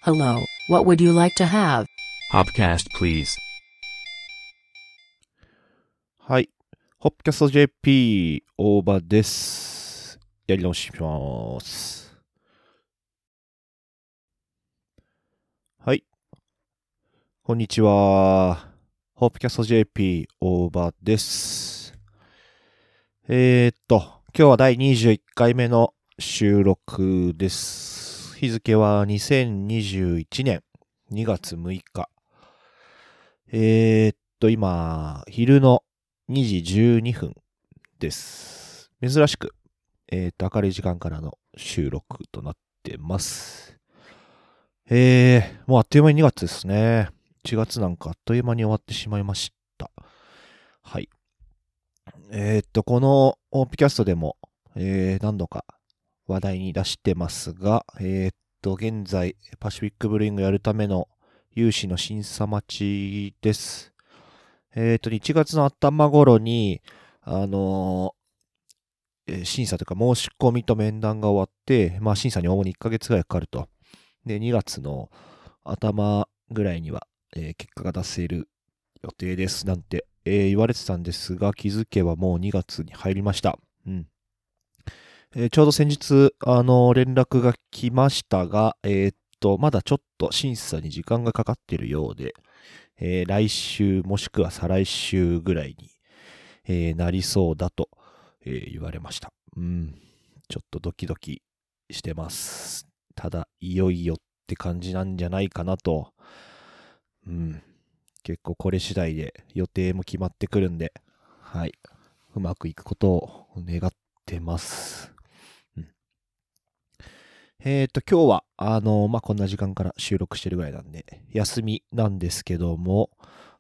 Hello, what would you like to have? Hopcast, please. はい。ホップキャスト JP 大場です。やり直します。はい。こんにちは。ホップキャスト JP 大場です。今日は第21回目の収録です。日付は2021年2月6日。今、昼の2時12分です。珍しく、明るい時間からの収録となってます。もうあっという間に2月ですね。1月なんかあっという間に終わってしまいました。はい。このオープキャストでも、何度か話題に出してますが、現在、パシフィックブルーイングやるための融資の審査待ちです。1月の頭頃に、審査というか申し込みと面談が終わって、審査に主に1ヶ月ぐらいかかると。で、2月の頭ぐらいには、結果が出せる予定ですなんて、言われてたんですが、気づけばもう2月に入りました。ちょうど先日、連絡が来ましたが、まだちょっと審査に時間がかかっているようで、来週もしくは再来週ぐらいに、なりそうだと、言われました。ちょっとドキドキしてます。ただ、いよいよって感じなんじゃないかなと。結構これ次第で予定も決まってくるんで、はい。うまくいくことを願ってます。今日は、こんな時間から収録してるぐらいなんで、休みなんですけども、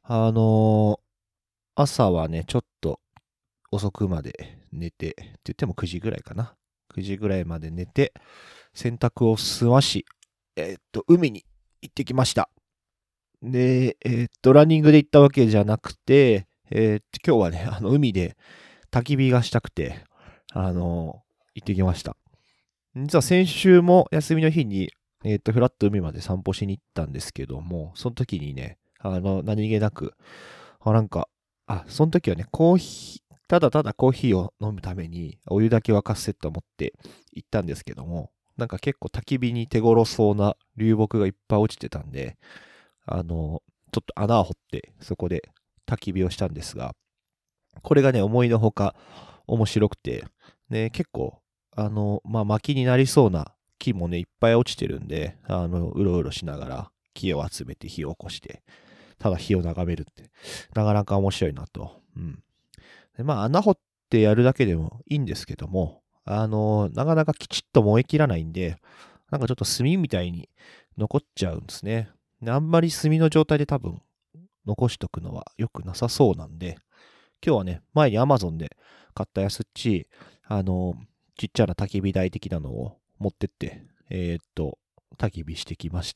朝はね、ちょっと遅くまで寝て、って言っても9時ぐらいかな。9時ぐらいまで寝て、洗濯を済まし、海に行ってきました。で、ランニングで行ったわけじゃなくて、今日はね、海で焚き火がしたくて、行ってきました。実は先週も休みの日に、フラッと海まで散歩しに行ったんですけども、その時にね、何気なく、その時はね、ただただコーヒーを飲むために、お湯だけ沸かせと思って行ったんですけども、なんか結構焚き火に手頃そうな流木がいっぱい落ちてたんで、ちょっと穴を掘って、そこで焚き火をしたんですが、これがね、思いのほか面白くて、ね、結構、薪になりそうな木もね、いっぱい落ちてるんで、うろうろしながら木を集めて火を起こして、ただ火を眺めるって、なかなか面白いなと。で穴掘ってやるだけでもいいんですけども、なかなかきちっと燃え切らないんで、なんかちょっと炭みたいに残っちゃうんですね。であんまり炭の状態で多分残しとくのは良くなさそうなんで、今日はね、前に Amazon で買った安っちい、ちっちゃな焚き火台的なのを持ってって、焚き火してきました。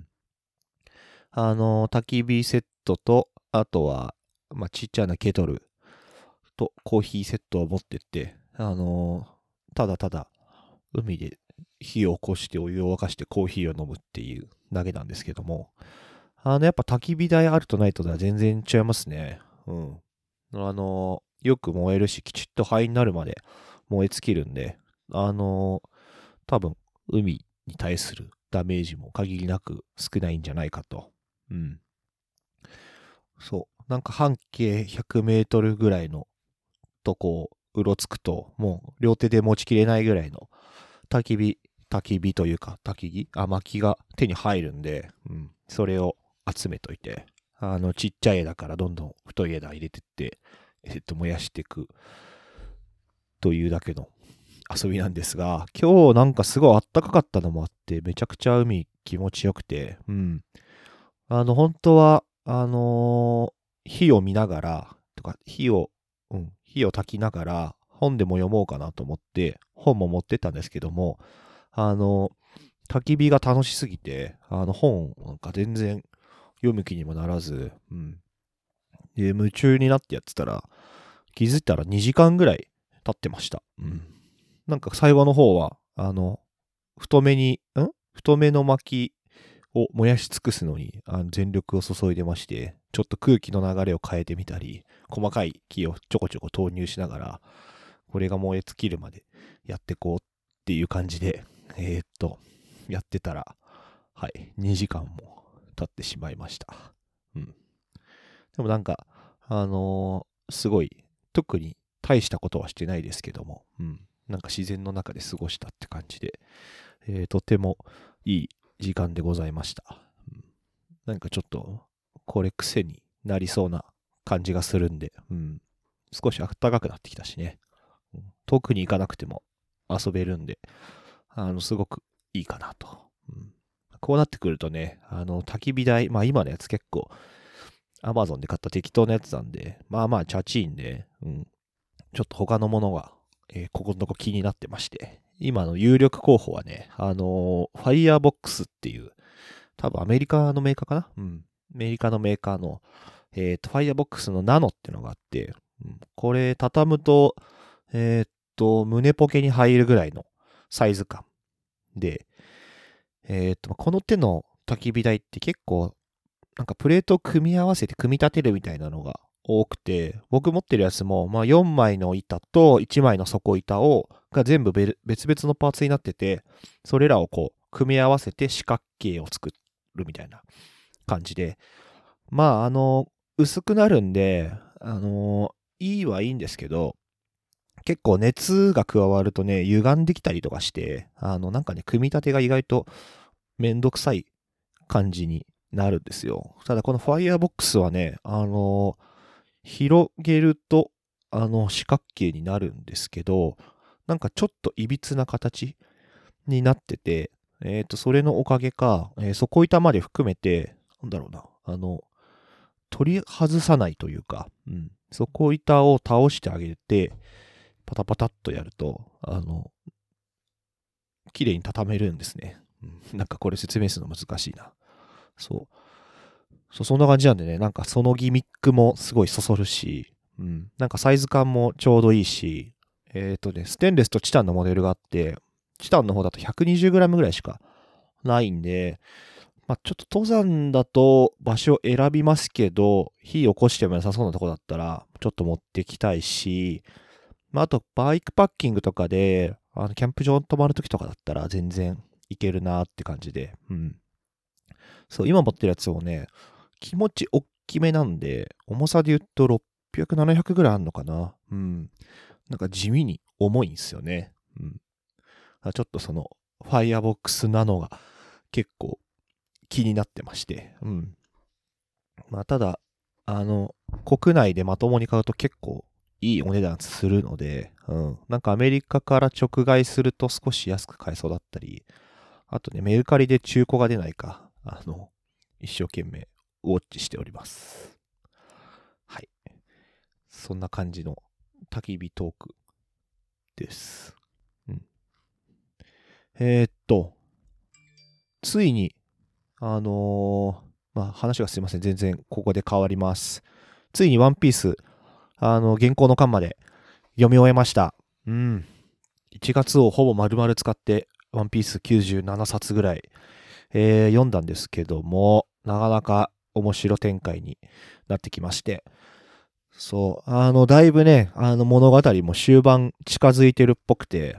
焚き火セットと、あとは、ちっちゃなケトルとコーヒーセットを持ってって、ただただ海で火を起こしてお湯を沸かしてコーヒーを飲むっていうだけなんですけども、やっぱ焚き火台あるとないとでは全然違いますね。よく燃えるし、きちっと灰になるまで燃え尽きるんで、多分、海に対するダメージも限りなく少ないんじゃないかと。そう。なんか半径100メートルぐらいのとこう、うろつくと、もう両手で持ちきれないぐらいの焚き火というか、薪が手に入るんで、それを集めといて、ちっちゃい枝からどんどん太い枝入れてって、燃やしていくというだけの遊びなんですが、今日なんかすごい暖かかったのもあって、めちゃくちゃ海気持ちよくて、本当は、火を見ながら、とか、火を焚きながら、本でも読もうかなと思って、本も持ってったんですけども、焚き火が楽しすぎて、本なんか全然読む気にもならず、で、夢中になってやってたら、気づいたら2時間ぐらい経ってました。なんか最後の方は、太めの薪を燃やし尽くすのに全力を注いでまして、ちょっと空気の流れを変えてみたり、細かい木をちょこちょこ投入しながら、これが燃え尽きるまでやってこうっていう感じで、やってたら、はい、2時間も経ってしまいました。うん。でもなんか、すごい、特に大したことはしてないですけども、なんか自然の中で過ごしたって感じで、とてもいい時間でございました。なんかちょっと、これ癖になりそうな感じがするんで、少し暖かくなってきたしね、遠くに行かなくても遊べるんで、すごくいいかなと。こうなってくるとね、焚き火台、まあ今のやつ結構、Amazon で買った適当なやつなんで、まあまあチャチいんで、ちょっと他のものが、ここのとこ気になってまして、今の有力候補はね、Firebox っていう、多分アメリカのメーカーかな、アメリカのメーカーの、Firebox のナノっていうのがあって、これ畳むと、胸ポケに入るぐらいのサイズ感で、この手の焚き火台って結構、なんかプレートを組み合わせて組み立てるみたいなのが多くて、僕持ってるやつも、まあ4枚の板と1枚の底板が全部別々のパーツになってて、それらをこう、組み合わせて四角形を作るみたいな感じで、まあ薄くなるんで、いいはいいんですけど、結構熱が加わるとね、歪んできたりとかして、なんかね、組み立てが意外とめんどくさい感じになるんですよ。ただこの Firebox はね、広げると、四角形になるんですけど、なんかちょっといびつな形になってて、それのおかげか、底板まで含めて、なんだろうな、取り外さないというか、底板を倒してあげて、パタパタっとやると、綺麗に畳めるんですね。なんかこれ説明するの難しいな。そう、そんな感じなんでね、なんかそのギミックもすごいそそるし、なんかサイズ感もちょうどいいし、ステンレスとチタンのモデルがあって、チタンの方だと 120g ぐらいしかないんで、まあ、ちょっと登山だと場所選びますけど、火起こしても良さそうなとこだったら、ちょっと持ってきたいし、まあ、あとバイクパッキングとかで、キャンプ場に泊まるときとかだったら全然いけるなって感じで、そう、今持ってるやつもね、気持ち大きめなんで、重さで言うと600、700ぐらいあるのかな。なんか地味に重いんですよね。ちょっとその、ファイアボックスなのが結構気になってまして。まあ、ただ、国内でまともに買うと結構いいお値段するので、なんかアメリカから直買いすると少し安く買えそうだったり、あとね、メルカリで中古が出ないか、一生懸命ウォッチしております。はい。そんな感じの焚き火トークです。ついに、まあ、話がすいません。全然ここで変わります。ついにワンピース、原稿の巻まで読み終えました。1月をほぼ丸々使って、ワンピース97冊ぐらい、読んだんですけども、なかなか面白展開になってきまして、そう、だいぶね、物語も終盤近づいてるっぽくて、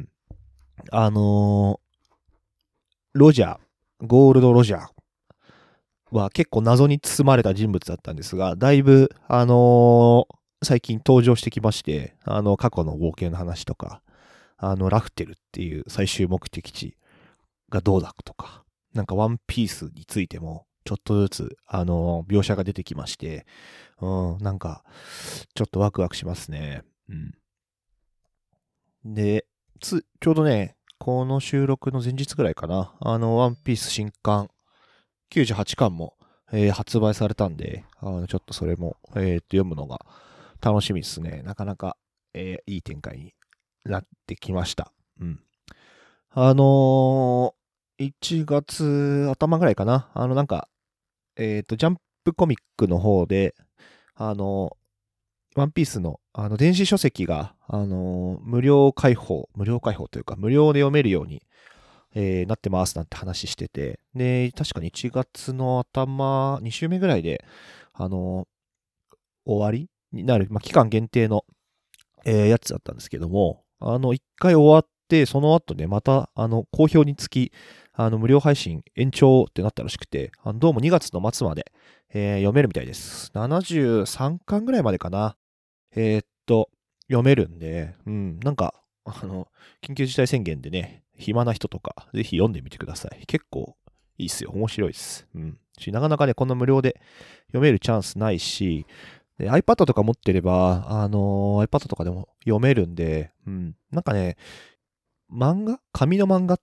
ロジャー、ゴールドロジャーは結構謎に包まれた人物だったんですが、だいぶ、最近登場してきまして、過去の冒険の話とか、ラフテルっていう最終目的地がどうだとか、なんかワンピースについても、ちょっとずつ、描写が出てきまして、なんか、ちょっとワクワクしますね。で、ちょうどね、この収録の前日ぐらいかな、ワンピース新刊、98巻も、発売されたんで、ちょっとそれも、読むのが楽しみですね。なかなか、いい展開になってきました。1月頭ぐらいかな。なんか、ジャンプコミックの方で、ワンピースの、電子書籍が、無料開放というか、無料で読めるように、 なってますなんて話してて、で、確かに1月の頭、2週目ぐらいで、終わりになる、期間限定の、やつだったんですけども、1回終わって、その後ね、また、好評につき、無料配信延長ってなったらしくて、どうも2月の末まで、読めるみたいです。73巻ぐらいまでかな。読めるんで、なんか、緊急事態宣言でね、暇な人とか、ぜひ読んでみてください。結構いいっすよ。面白いです。なかなかね、この無料で読めるチャンスないし、で iPad とか持ってれば、iPad とかでも読めるんで、なんかね、紙の漫画って、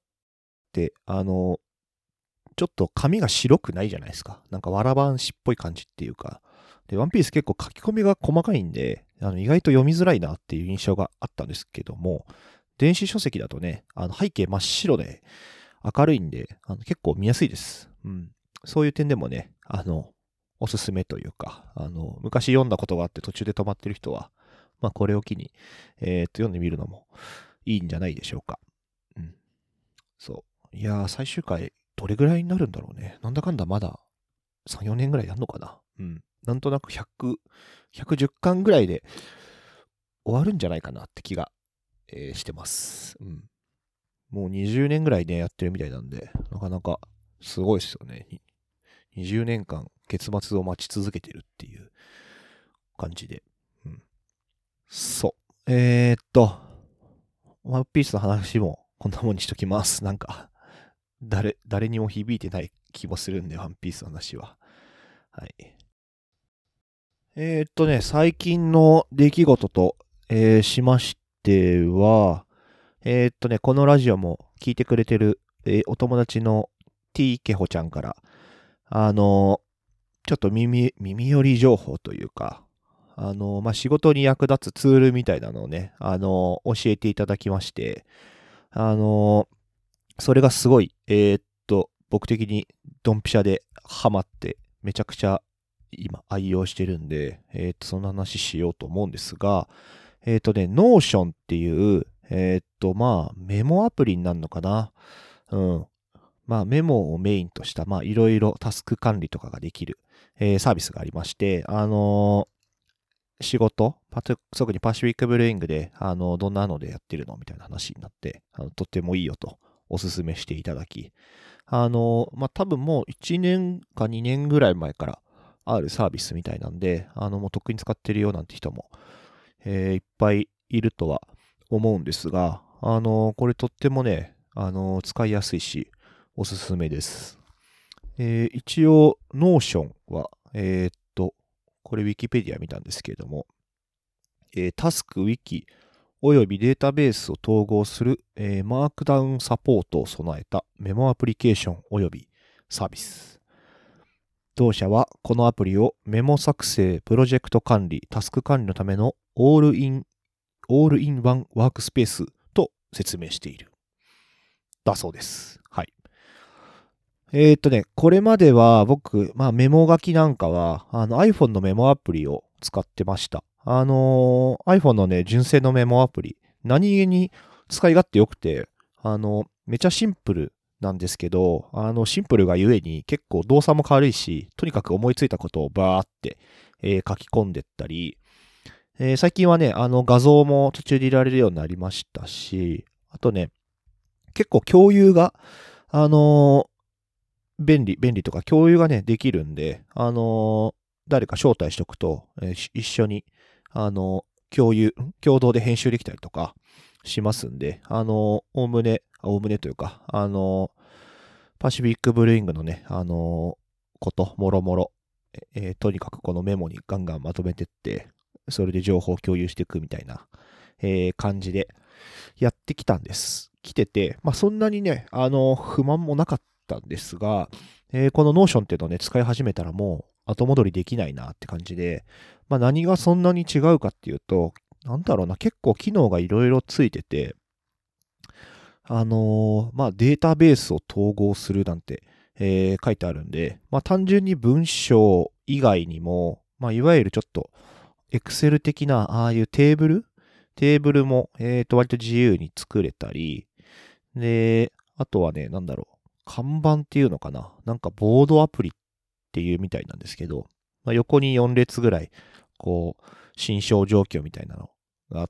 ちょっと紙が白くないじゃないですか。なんかわらばんしっぽい感じっていうか。で、ワンピース結構書き込みが細かいんで、意外と読みづらいなっていう印象があったんですけども、電子書籍だとね、背景真っ白で明るいんで、結構見やすいです。そういう点でもね、おすすめというか、昔読んだことがあって途中で止まってる人は、これを機に、読んでみるのもいいんじゃないでしょうか。そう。いやー、最終回、どれぐらいになるんだろうね。なんだかんだまだ3、4年ぐらいやんのかな。なんとなく110巻ぐらいで終わるんじゃないかなって気が、してます。もう20年ぐらいね、やってるみたいなんで、なかなかすごいですよね。20年間結末を待ち続けてるっていう感じで。そう。ワンピースの話もこんなもんにしときます。なんか、誰にも響いてない気もするんで、ワンピースの話は。はい。最近の出来事と、しましては、このラジオも聞いてくれてる、お友達の T ケホちゃんから、ちょっと耳寄り情報というか、仕事に役立つツールみたいなのをね、教えていただきまして、それがすごい、僕的にドンピシャでハマって、めちゃくちゃ今愛用してるんで、その話しようと思うんですが、Notion っていう、メモアプリになるのかな。メモをメインとした、いろいろタスク管理とかができる、サービスがありまして、仕事、特にパシフィックブルーイングで、どんなのでやってるのみたいな話になって、とってもいいよとお勧めしていただき、多分もう1年か2年ぐらい前からあるサービスみたいなんで、もうとっくに使ってるよなんて人も、いっぱいいるとは思うんですが、これとってもね、使いやすいし、おすすめです。一応、Notion は、これ Wikipedia 見たんですけれども、タスク、Wiki およびデータベースを統合する、マークダウンサポートを備えたメモアプリケーションおよびサービス。同社はこのアプリをメモ作成、プロジェクト管理、タスク管理のためのオールインワンワークスペースと説明している。だそうです。はい。これまでは僕、メモ書きなんかは、iPhone のメモアプリを使ってました。iPhone のね、純正のメモアプリ、何気に使い勝手良くて、めちゃシンプルなんですけど、シンプルがゆえに結構動作も軽いし、とにかく思いついたことをバーって、書き込んでったり、最近はね、画像も途中で入れられるようになりましたし、あとね、結構共有が、便利とか共有がね、できるんで、誰か招待しとくと、一緒に、共同で編集できたりとかしますんで、おおむねというか、パシフィックブルーイングのね、もろもろ、とにかくこのメモにガンガンまとめてって、それで情報を共有していくみたいな、感じでやってきてて、そんなにね、不満もなかったんですが、この Notion っていうのをね、使い始めたらもう後戻りできないなって感じで、何がそんなに違うかっていうと、なんだろうな、結構機能がいろいろついてて、データベースを統合するなんて、書いてあるんで、単純に文章以外にも、いわゆるちょっと、Excel 的な、ああいうテーブルも、割と自由に作れたり、で、 あとはね、看板っていうのかな、なんかボードアプリっていうみたいなんですけど、横に4列ぐらい、こう、新章状況みたいなのがあって、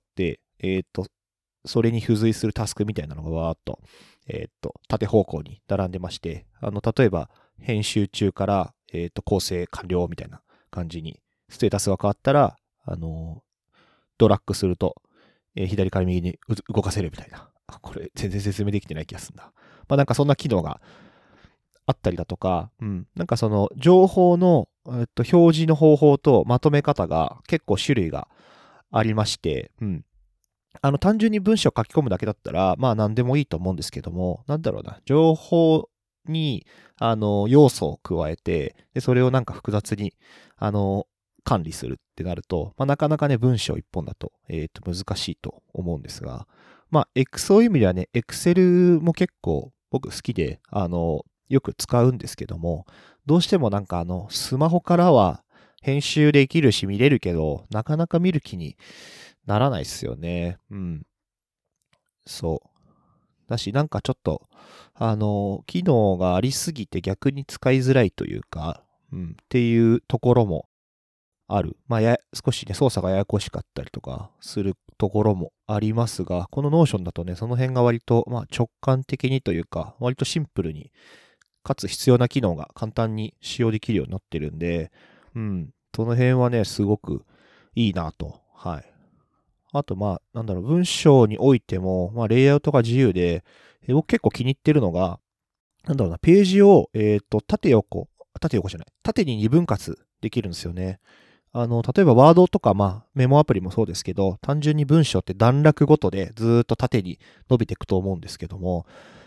それに付随するタスクみたいなのがわーっと、縦方向に並んでまして、例えば、編集中から、構成完了みたいな感じに、ステータスが変わったら、ドラッグすると、左から右に動かせるみたいな。これ、全然説明できてない気がするんだ。なんかそんな機能があったりだとか、なんかその、情報の、表示の方法とまとめ方が結構種類がありまして、単純に文章を書き込むだけだったら、何でもいいと思うんですけども、情報に、要素を加えて、で、それをなんか複雑に、管理するってなると、なかなかね、文章一本だと、難しいと思うんですが、そういう意味ではね、Excel も結構僕好きで、よく使うんですけども、どうしてもなんかスマホからは編集できるし見れるけど、なかなか見る気にならないっすよね。そう。だし、なんかちょっと、機能がありすぎて逆に使いづらいというか、っていうところもある。少しね、操作がややこしかったりとかするところもありますが、この Notion だとね、その辺が割と、直感的にというか、割とシンプルに、かつ必要な機能が簡単に使用できるようになってるんで、その辺はね、すごくいいなと。はい。あと、文章においても、レイアウトが自由で、僕結構気に入ってるのが、ページを、縦横じゃない、縦に2分割できるんですよね。例えばワードとか、メモアプリもそうですけど、単純に文章って段落ごとでずーっと縦に伸びていくと思うんですけども、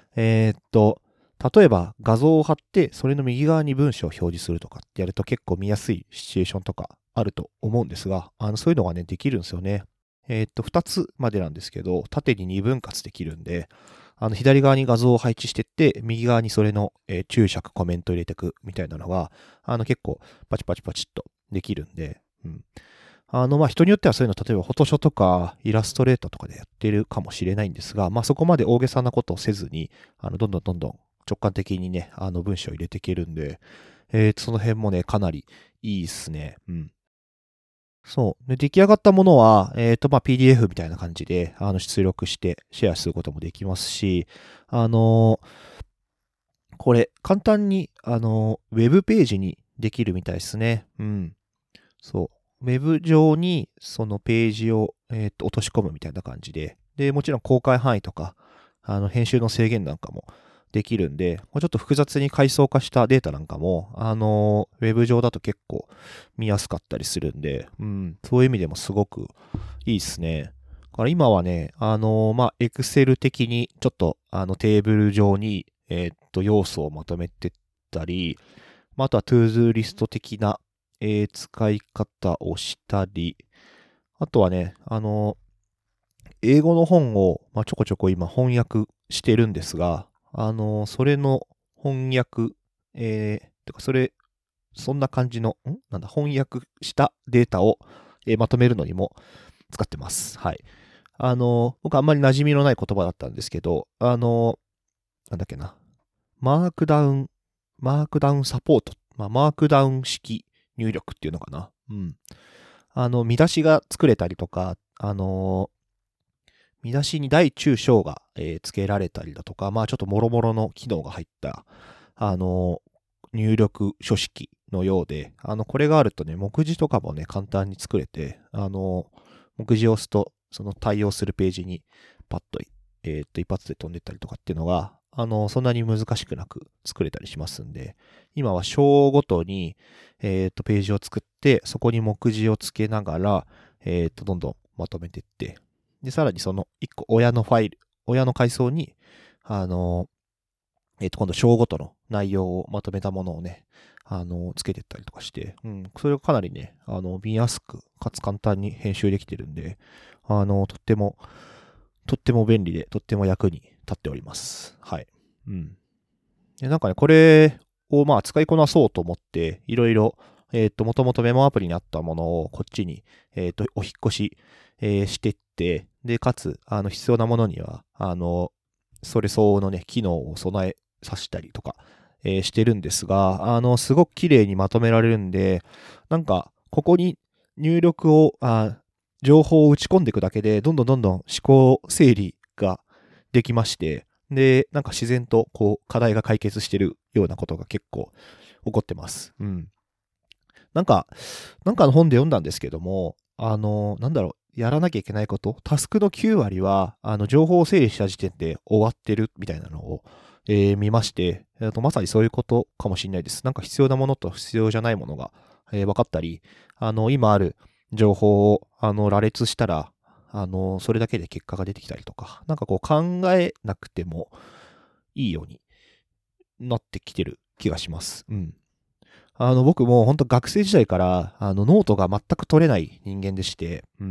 例えば画像を貼って、それの右側に文章を表示するとかってやると結構見やすいシチュエーションとかあると思うんですが、そういうのがね、できるんですよね。2つまでなんですけど、縦に2分割できるんで、左側に画像を配置してって、右側にそれの、注釈、コメント入れていくみたいなのが、結構パチパチパチっとできるんで、人によってはそういうの、例えばフォトショーとかイラストレーターとかでやってるかもしれないんですが、そこまで大げさなことをせずに、どんどん直感的にね、文章を入れていけるんで、その辺もね、かなりいいっすね。そう。で、出来上がったものは、PDF みたいな感じで、出力してシェアすることもできますし、これ、簡単に、ウェブページにできるみたいですね。そう。ウェブ上に、そのページを、落とし込むみたいな感じで、で、もちろん公開範囲とか、編集の制限なんかもできるんで、もうちょっと複雑に階層化したデータなんかも、ウェブ上だと結構見やすかったりするんで、そういう意味でもすごくいいですね。だから今はね、Excel 的にちょっと、テーブル上に、要素をまとめてったり、あとは To-Do リスト的な、使い方をしたり、あとはね、英語の本を、ちょこちょこ今翻訳してるんですが、それの翻訳、そんな感じの、翻訳したデータを、まとめるのにも使ってます。はい。僕あんまり馴染みのない言葉だったんですけど、なんだっけな。マークダウンサポート。マークダウン式入力っていうのかな。見出しが作れたりとか、見出しに大中小が、付けられたりだとか、ちょっと諸々の機能が入った、入力書式のようで、これがあるとね、目次とかもね、簡単に作れて、目次を押すと、その対応するページにパッと、一発で飛んでったりとかっていうのが、そんなに難しくなく作れたりしますんで、今は章ごとに、ページを作って、そこに目次をつけながら、どんどんまとめていって、で、さらにその一個親の階層に、今度章ごとの内容をまとめたものをね、つけていったりとかして、それがかなりね、見やすく、かつ簡単に編集できてるんで、とっても便利で、とっても役に立っております。はい。でなんかね、これを使いこなそうと思って、いろいろ、もともとメモアプリにあったものをこっちに、お引っ越し、してって、で、かつ、必要なものには、 それ相応のね、機能を備えさせたりとか、してるんですが、すごく綺麗にまとめられるんで、なんか、ここに入力を、情報を打ち込んでいくだけで、どんどん思考整理ができまして、で、なんか自然とこう課題が解決してるようなことが結構起こってます。うん。なんかの本で読んだんですけども、やらなきゃいけないこと、タスクの9割は、情報を整理した時点で終わってるみたいなのを、見まして、まさにそういうことかもしれないです。なんか必要なものと必要じゃないものが、分かったり、今ある情報を、羅列したら、それだけで結果が出てきたりとか、なんかこう考えなくてもいいようになってきてる気がします。うん。僕も本当学生時代から、ノートが全く取れない人間でして、うん。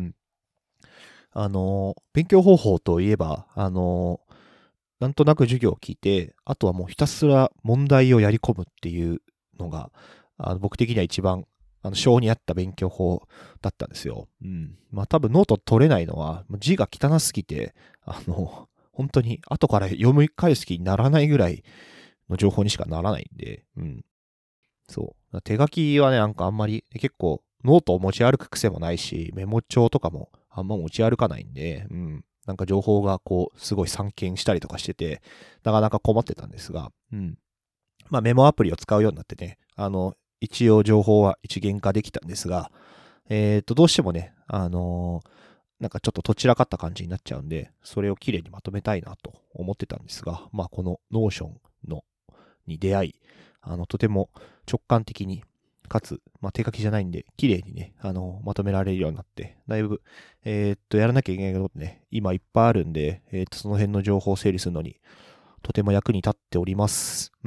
勉強方法といえば、なんとなく授業を聞いて、あとはもうひたすら問題をやり込むっていうのが、僕的には一番、性に合った勉強法だったんですよ。うん。まあ多分ノート取れないのは、字が汚すぎて、本当に後から読み返す気にならないぐらいの情報にしかならないんで、うん。そう。手書きはね、なんかあんまり、結構、ノートを持ち歩く癖もないし、メモ帳とかもあんま持ち歩かないんで、うん。なんか情報がこう、すごい散見したりとかしてて、なかなか困ってたんですが、うん。まあメモアプリを使うようになってね、一応情報は一元化できたんですが、どうしてもね、なんかちょっとどちらかった感じになっちゃうんで、それをきれいにまとめたいなと思ってたんですが、まあこのノーションに出会い、とても直感的に、かつ、まあ、手書きじゃないんで、綺麗にね、まとめられるようになって、だいぶ、やらなきゃいけないことってね、今いっぱいあるんで、その辺の情報を整理するのに、とても役に立っております。うん。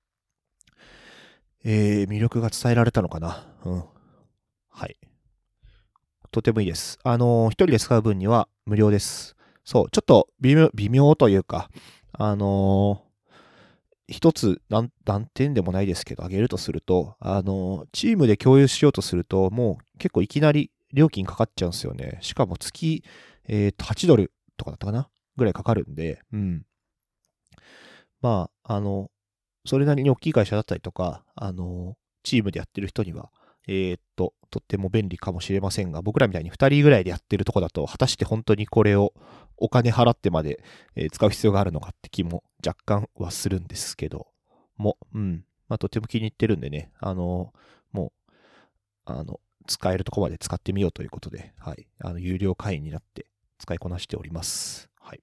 魅力が伝えられたのかな。うん。はい。とてもいいです。一人で使う分には無料です。そう、ちょっと微妙というか、あの一つ難点でもないですけど、あげるとすると、チームで共有しようとすると、もう結構いきなり料金かかっちゃうんですよね。しかも月、8ドルとかだったかなぐらいかかるんで、うん。まあ、それなりに大きい会社だったりとか、チームでやってる人には、とっても便利かもしれませんが、僕らみたいに2人ぐらいでやってるとこだと、果たして本当にこれをお金払ってまで、使う必要があるのかって気も若干はするんですけどうん。まあ、とても気に入ってるんでね、もう、使えるとこまで使ってみようということで、はい。有料会員になって使いこなしております。はい。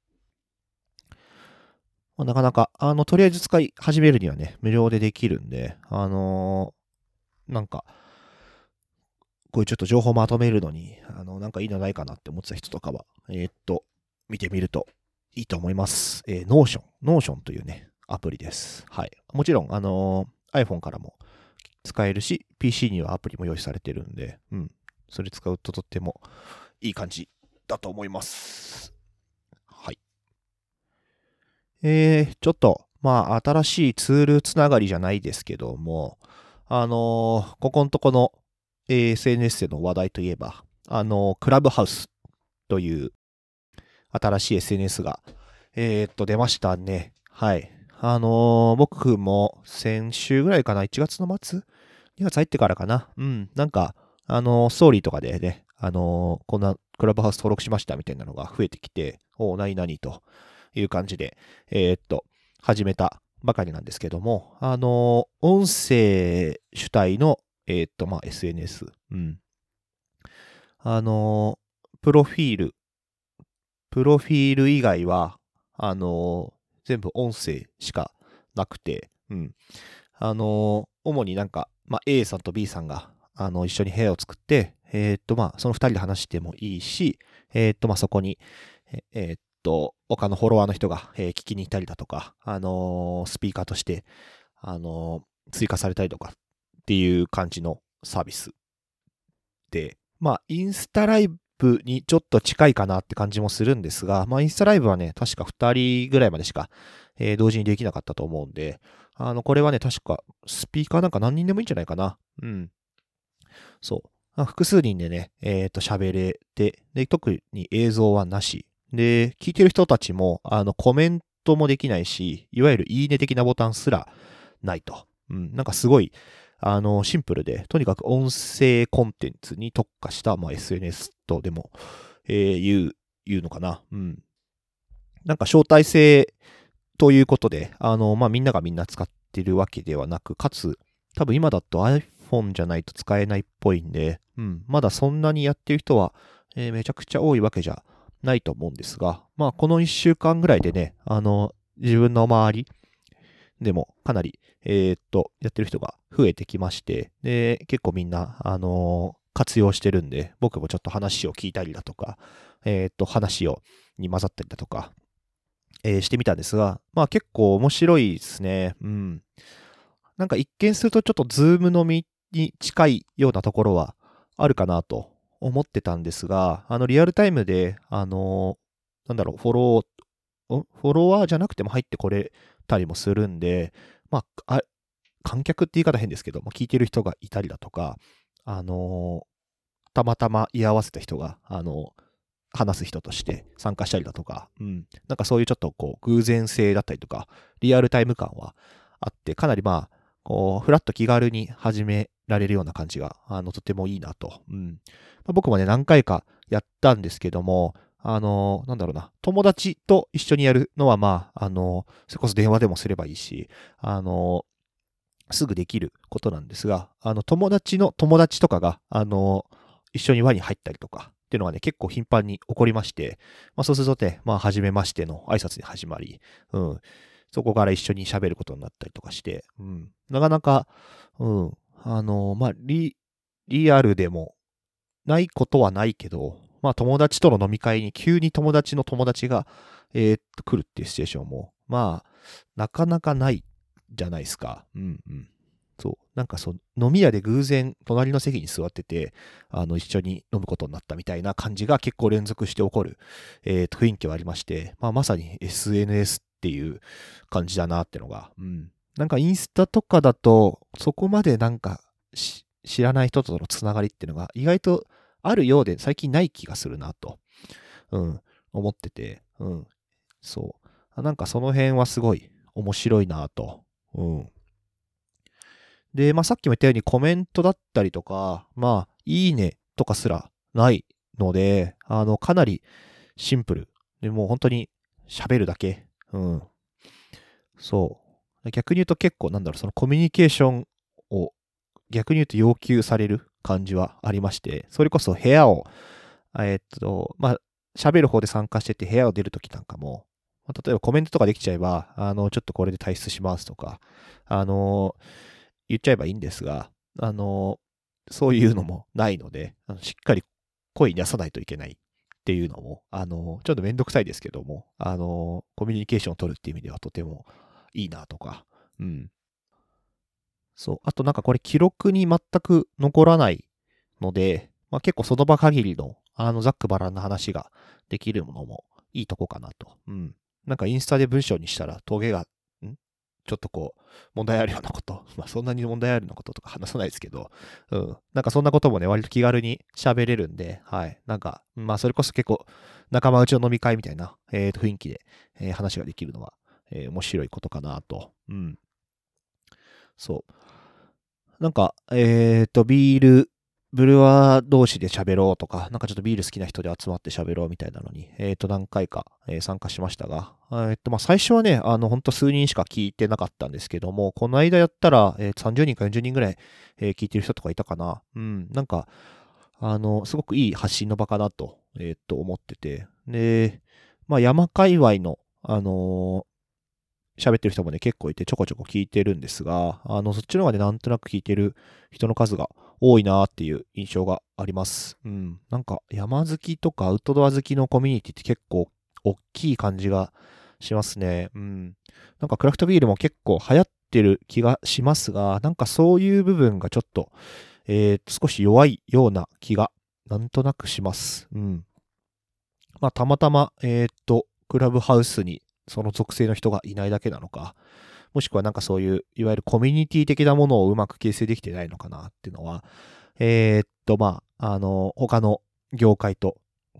まあ、なかなか、とりあえず使い始めるにはね、無料でできるんで、なんか、こういうちょっと情報まとめるのに、なんかいいのないかなって思ってた人とかは、見てみるといいと思います。ノーションというね、アプリです。はい。もちろん、iPhone からも使えるし、PC にはアプリも用意されてるんで、うん。それ使うととってもいい感じだと思います。はい。ちょっと、まあ、新しいツールつながりじゃないですけども、ここのとこの、SNS での話題といえば、クラブハウスという新しい SNS が、出ましたね。はい。僕も先週ぐらいかな、1月の末 ?2 月入ってからかな。うん。なんか、ストーリーとかでね、こんなクラブハウス登録しましたみたいなのが増えてきて、何々という感じで、始めたばかりなんですけども、音声主体の、まあ、SNS。うん。あの、プロフィール、プロフィール以外は、全部音声しかなくて、うん。主になんか、まあ、A さんと B さんが、一緒に部屋を作って、まあ、その二人で話してもいいし、まあ、そこに、他のフォロワーの人が、聞きに行ったりだとか、スピーカーとして、追加されたりとかっていう感じのサービスで、まあ、インスタライブにちょっと近いかなって感じもするんですが、まあ、インスタライブはね、確か2人ぐらいまでしか、同時にできなかったと思うんで、これはね、確か、スピーカーなんか何人でもいいんじゃないかな。うん。そう。複数人でね、喋れて、で、特に映像はなしで、聞いてる人たちも、コメントもできないし、いわゆるいいね的なボタンすらないと。なんかすごい、シンプルで、とにかく音声コンテンツに特化した、SNS とでも、言うのかな。なんか招待制ということで、みんながみんな使ってるわけではなく、かつ、多分今だと iPhone じゃないと使えないっぽいんで、まだそんなにやってる人は、めちゃくちゃ多いわけじゃないと思うんですが、この1週間ぐらいでね、自分の周りでもかなり、やってる人が増えてきまして、で、結構みんな、活用してるんで、僕もちょっと話を聞いたりだとか、話に混ざったりだとか、してみたんですが、結構面白いですね。なんか一見するとちょっとズームのみに近いようなところはあるかなと思ってたんですが、リアルタイムで、フォロワーじゃなくても入ってこれたりもするんで、観客って言い方変ですけど、聞いてる人がいたりだとか、たまたま居合わせた人が、話す人として参加したりだとか、なんかそういうちょっとこう偶然性だったりとか、リアルタイム感はあって、かなりこう、フラッと気軽に始められるような感じが、とてもいいなと。僕もね、何回かやったんですけども、友達と一緒にやるのは、それこそ電話でもすればいいし、すぐできることなんですが、友達の友達とかが、一緒に輪に入ったりとか、っていうのがね、結構頻繁に起こりまして、そうするとね、初めましての挨拶に始まり、そこから一緒に喋ることになったりとかして、なかなか、リアルでもないことはないけど、友達との飲み会に急に友達の友達が、来るっていうシチュエーションも、なかなかないじゃないですか。そう。なんか飲み屋で偶然隣の席に座ってて、一緒に飲むことになったみたいな感じが結構連続して起こる、雰囲気はありまして、まさに SNS っていう感じだなってのが、なんかインスタとかだと、そこまでなんか知らない人とのつながりっていうのが意外とあるようで最近ない気がするなと、思ってて、そう。なんかその辺はすごい面白いなと、で、さっきも言ったようにコメントだったりとか、いいねとかすらないので、かなりシンプル。で、もう本当に喋るだけ。そう。逆に言うと結構そのコミュニケーションを逆に言うと要求される感じはありまして、それこそ部屋を、喋る方で参加してて部屋を出るときなんかも、例えばコメントとかできちゃえば、ちょっとこれで退出しますとか、言っちゃえばいいんですが、そういうのもないので、しっかり声に出さないといけないっていうのも、ちょっとめんどくさいですけども、コミュニケーションを取るっていう意味ではとてもいいなとか、そう。あとなんかこれ記録に全く残らないので、結構その場限りの、ざっくばらんな話ができるものもいいとこかなと。なんかインスタで文章にしたら峠が、ちょっとこう、問題あるようなこと、そんなに問題あるようなこととか話さないですけど、なんかそんなこともね、割と気軽に喋れるんで、はい。なんか、それこそ結構、仲間内の飲み会みたいな、雰囲気で、話ができるのは、面白いことかなと。そう。なんか、ブルワー同士で喋ろうとか、なんかちょっとビール好きな人で集まって喋ろうみたいなのに、何回か、参加しましたが、最初はね、ほんと数人しか聞いてなかったんですけども、この間やったら、30人か40人ぐらい、聞いてる人とかいたかな。なんか、すごくいい発信の場かなと、思ってて、で、山界隈の、喋ってる人もね、結構いてちょこちょこ聞いてるんですが、そっちの方がね、なんとなく聞いてる人の数が多いなっていう印象があります。なんか山好きとかアウトドア好きのコミュニティって結構大きい感じがしますね。なんかクラフトビールも結構流行ってる気がしますが、なんかそういう部分がちょっと、少し弱いような気がなんとなくします。たまたま、クラブハウスにその属性の人がいないだけなのか、もしくはなんかそういう、いわゆるコミュニティ的なものをうまく形成できてないのかなっていうのは、他の業界と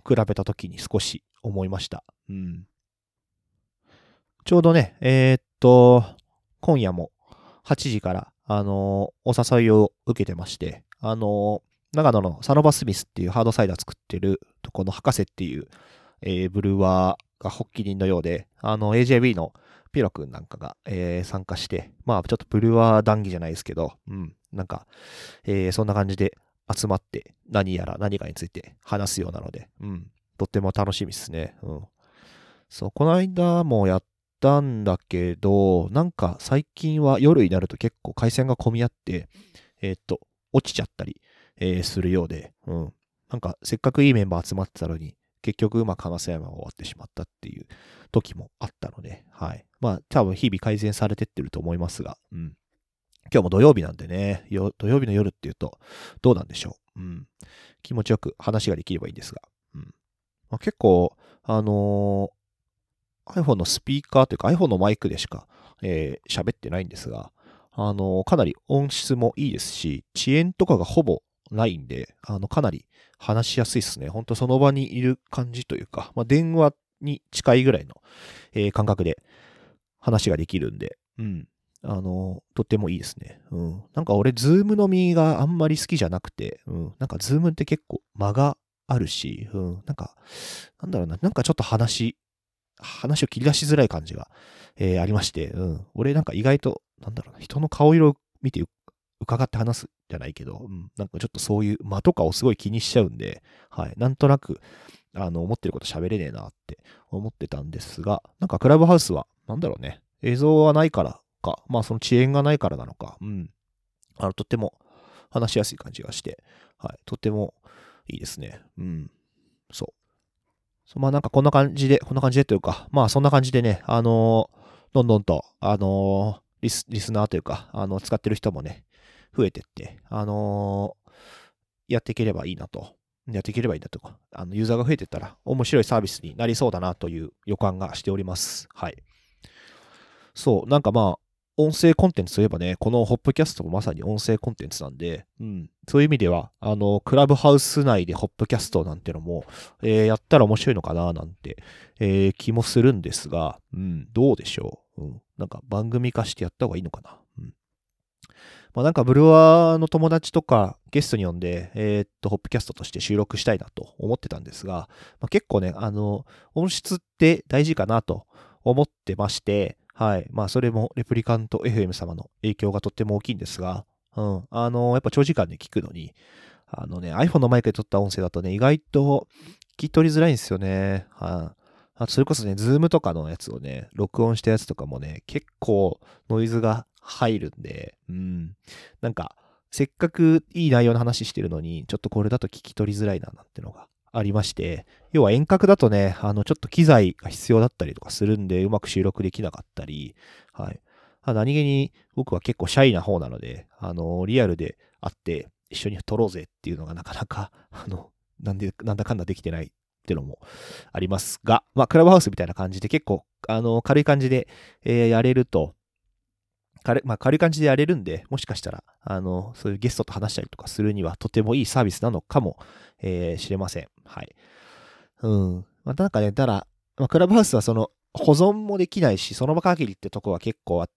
比べたときに少し思いました。うん。ちょうどね、今夜も8時から、お誘いを受けてまして、長野のサノバスミスっていうハードサイダー作ってるとこの博士っていう、ブルワーが発起人のようで、AJB のピロ君なんかが、参加して、まあちょっとブルワー談義じゃないですけど、なんか、そんな感じで集まって何かについて話すようなので、とっても楽しみですね。そう、この間もやったんだけど、なんか最近は夜になると結構回線が混み合って、落ちちゃったり、するようで、なんかせっかくいいメンバー集まってたのに、結局うまく話せないまま終わってしまったっていう時もあったので、はい。まあ多分日々改善されてってると思いますが、今日も土曜日なんでね、土曜日の夜っていうとどうなんでしょう。気持ちよく話ができればいいんですが、結構、iPhone のスピーカーというか iPhone のマイクでしか喋ってないんですが、かなり音質もいいですし、遅延とかがほぼないんで、かなり話しやすいですね。ほんとその場にいる感じというか、まあ、電話に近いぐらいの、感覚で話ができるんで、とってもいいですね。なんか俺、ズームのみがあんまり好きじゃなくて、なんかズームって結構間があるし、なんか、なんだろうな、なんかちょっと話を切り出しづらい感じが、ありまして、俺なんか意外と、なんだろうな、人の顔色を見て伺って話すじゃないけど、なんかちょっとそういう間とかをすごい気にしちゃうんで、はい、なんとなく、思ってること喋れねえなって思ってたんですが、なんかクラブハウスは、なんだろうね、映像はないからか、まあその遅延がないからなのか、とっても話しやすい感じがして、はい、とってもいいですね。そう。まあなんかこんな感じでというか、まあそんな感じでね、どんどんと、リスナーというか、使ってる人もね、増えてって、やっていければいいなと。やっていければいいなとか、ユーザーが増えてったら面白いサービスになりそうだなという予感がしております。はい。そう、なんかまあ、音声コンテンツといえばね、このホップキャストもまさに音声コンテンツなんで、そういう意味では、クラブハウス内でホップキャストなんてのも、やったら面白いのかななんて、気もするんですが、どうでしょう。なんか番組化してやった方がいいのかな。まあなんかブルワーの友達とかゲストに呼んで、ホップキャストとして収録したいなと思ってたんですが、まあ、結構ね、音質って大事かなと思ってまして、はい。まあそれもレプリカント FM 様の影響がとっても大きいんですが、やっぱ長時間で聞くのに、iPhone のマイクで撮った音声だとね、意外と聞き取りづらいんですよね。あとそれこそね、ズームとかのやつをね、録音したやつとかもね、結構ノイズが入るんで、なんか、せっかくいい内容の話してるのに、ちょっとこれだと聞き取りづらいななんてのがありまして、要は遠隔だとね、ちょっと機材が必要だったりとかするんで、うまく収録できなかったり、はい。何気に僕は結構シャイな方なので、リアルで会って一緒に撮ろうぜっていうのがなかなか、なんだかんだできてないっていうのもありますが、まあ、クラブハウスみたいな感じで結構、軽い感じで、やれると、軽い感じでやれるんで、もしかしたら、そういうゲストと話したりとかするにはとてもいいサービスなのかも、しれません。はい。まあ、なんかね、まあ、クラブハウスはその、保存もできないし、その場限りってとこは結構あって、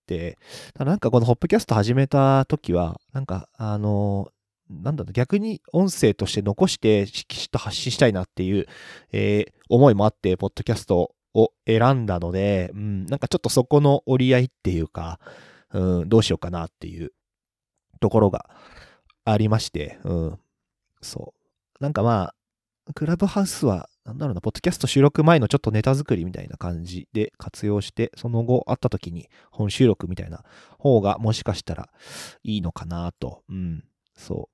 なんかこのホップキャスト始めた時は、なんか、なんだろう、逆に音声として残してきちっと発信したいなっていう、思いもあって、ポッドキャストを選んだので、なんかちょっとそこの折り合いっていうか、どうしようかなっていうところがありまして、そう。なんかまあ、クラブハウスは、なんだろうな、ポッドキャスト収録前のちょっとネタ作りみたいな感じで活用して、その後会った時に本収録みたいな方がもしかしたらいいのかなと。そう。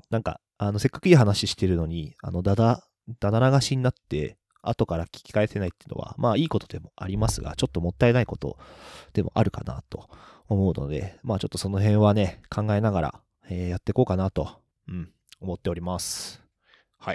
なんか、せっかくいい話してるのに、だだ流しになって、後から聞き返せないっていうのは、まあいいことでもありますが、ちょっともったいないことでもあるかなと思うので、まあちょっとその辺はね、考えながら、やっていこうかなと、思っております。はい。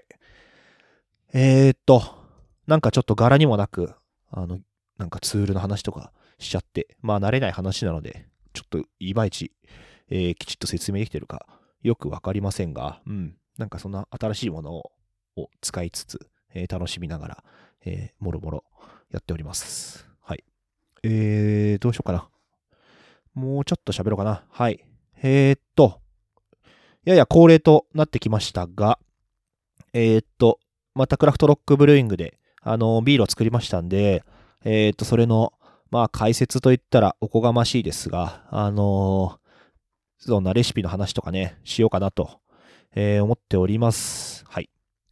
なんかちょっと柄にもなく、なんかツールの話とかしちゃって、まあ慣れない話なので、ちょっといまいち、きちっと説明できてるかよくわかりませんが、なんかそんな新しいものをを使いつつ、楽しみながら、もろもろやっております。はい。どうしようかな。もうちょっと喋ろうかな。はい。やや恒例となってきましたが、またクラフトロックブルーイングで、ビールを作りましたんで、それの、まあ、解説といったらおこがましいですが、そんなレシピの話とかね、しようかなと、思っております。はい。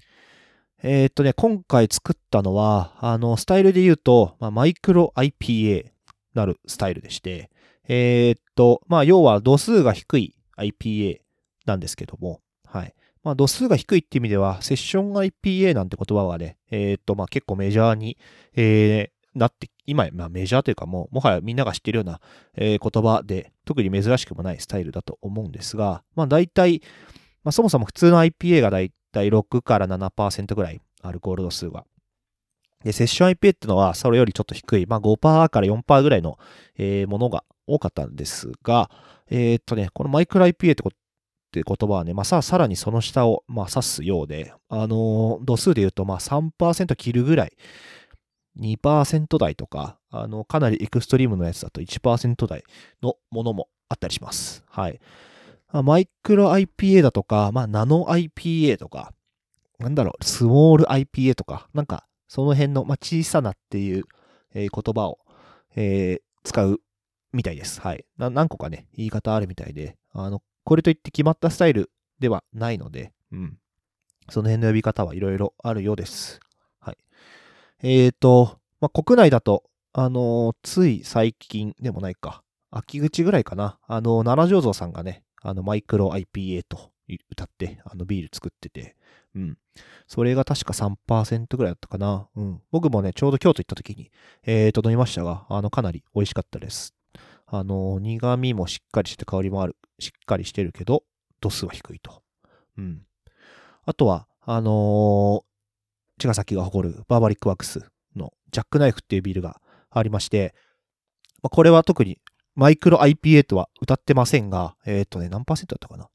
今回作ったのは、スタイルで言うと、まあ、マイクロ IPA なるスタイルでして、まあ、要は度数が低い IPA なんですけども、はい。まあ、度数が低いっていう意味では、セッション IPA なんて言葉はね、まあ、結構メジャーに、なって、今、まあ、メジャーというかもはやみんなが知っているような、言葉で、特に珍しくもないスタイルだと思うんですが、まあ、大体、まあ、そもそも普通の IPA が大体6から 7% ぐらい、アルコール度数が。で、セッション IPA ってのは、それよりちょっと低い、まあ5%から4%ぐらいの、ものが多かったんですが、このマイクロ IPA って言葉はね、まあさらにその下を、まあ指すようで、度数で言うと、まあ3%切るぐらい、2% 台とか、かなりエクストリームのやつだと 1% 台のものもあったりします。はい。マイクロ IPA だとか、まあナノ IPA とか、なんだろう、スモール IPA とか、なんか、その辺の、まあ、小さなっていう、言葉を、使うみたいです。はい。何個かね、言い方あるみたいで、これといって決まったスタイルではないので、うん。その辺の呼び方はいろいろあるようです。はい。まあ、国内だと、つい最近でもないか、秋口ぐらいかな、奈良醸造さんがね、マイクロ IPA と歌って、ビール作ってて、うん。それが確か 3% ぐらいだったかな。うん。僕もね、ちょうど京都行った時に、飲みましたが、かなり美味しかったです。苦味もしっかりして香りもある。しっかりしてるけど、度数は低いと。うん。あとは、茅ヶ崎が誇るバーバリックワックスのジャックナイフっていうビールがありまして、まあ、これは特にマイクロ IPA とは歌ってませんが、何パーセントだったかな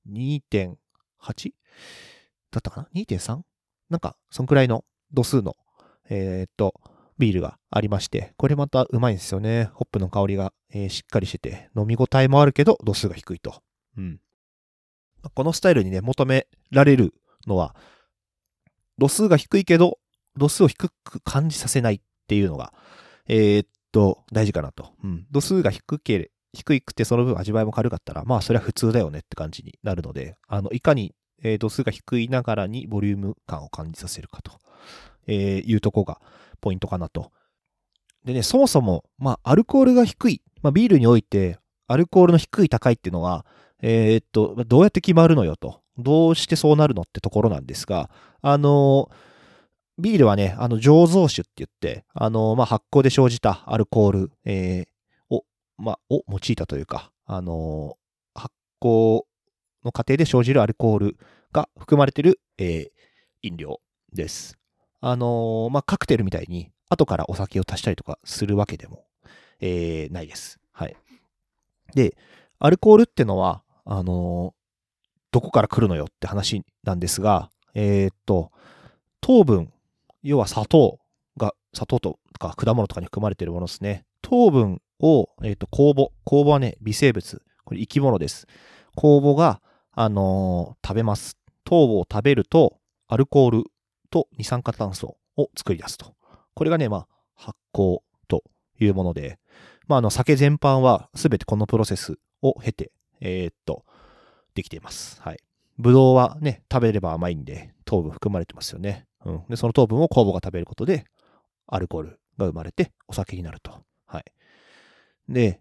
?2.8? だったかな ?2.3? なんか、そんくらいの度数の、ビールがありまして、これまたうまいんですよね。ホップの香りが、しっかりしてて、飲み応えもあるけど、度数が低いと。うん。このスタイルにね、求められるのは、度数が低いけど、度数を低く感じさせないっていうのが、大事かなと。うん。度数が低くてその分味わいも軽かったら、まあそれは普通だよねって感じになるので、いかに、度数が低いながらにボリューム感を感じさせるかと、いうとこがポイントかなと。でね、そもそも、まあアルコールが低い、まあビールにおいて、アルコールの低い高いっていうのは、どうやって決まるのよと。どうしてそうなるのってところなんですが、ビールはね、醸造酒って言って、まあ、発酵で生じたアルコール、を用いたというか、発酵の過程で生じるアルコールが含まれている、飲料です。まあ、カクテルみたいに、後からお酒を足したりとかするわけでも、ないです。はい。で、アルコールってのは、どこから来るのよって話なんですが、糖分、要は砂糖とか果物とかに含まれているものですね。糖分を、酵母はね、微生物。これ生き物です。酵母が、食べます。糖を食べると、アルコールと二酸化炭素を作り出すと。これがね、まあ、発酵というもので、まあ、酒全般はすべてこのプロセスを経て、できています。はい。ブドウはね、食べれば甘いんで、糖分含まれてますよね。うん。で、その糖分を酵母が食べることで、アルコールが生まれて、お酒になると。はい。で、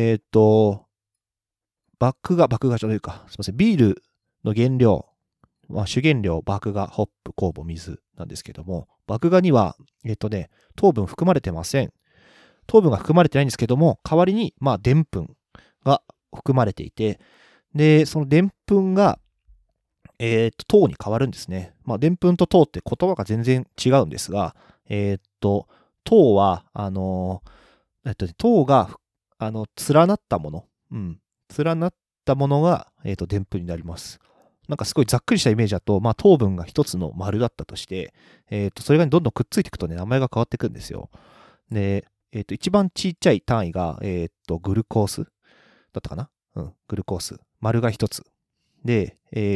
麦芽というか、すみません、ビールの原料、まあ、主原料、麦芽、ホップ、酵母、水なんですけども、麦芽には、糖分含まれてません。糖分が含まれてないんですけども、代わりに、まあ、でんぷんが含まれていて、で、そのでんぷんが、糖に変わるんですね。まあ、でんぷんと糖って言葉が全然違うんですが、糖は、糖が、連なったもの、連なったものが、でんぷんになります。 なんかすごいざっくりしたイメージだと、まあ糖分が一つの丸だったとして、それがどんどんくっついていくとね、名前が変わっていくんですよ。で、一番ちっちゃい単位が、グルコースだったかな。グルコース。丸が一つ。で、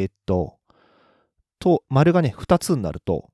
丸がね、二つになると、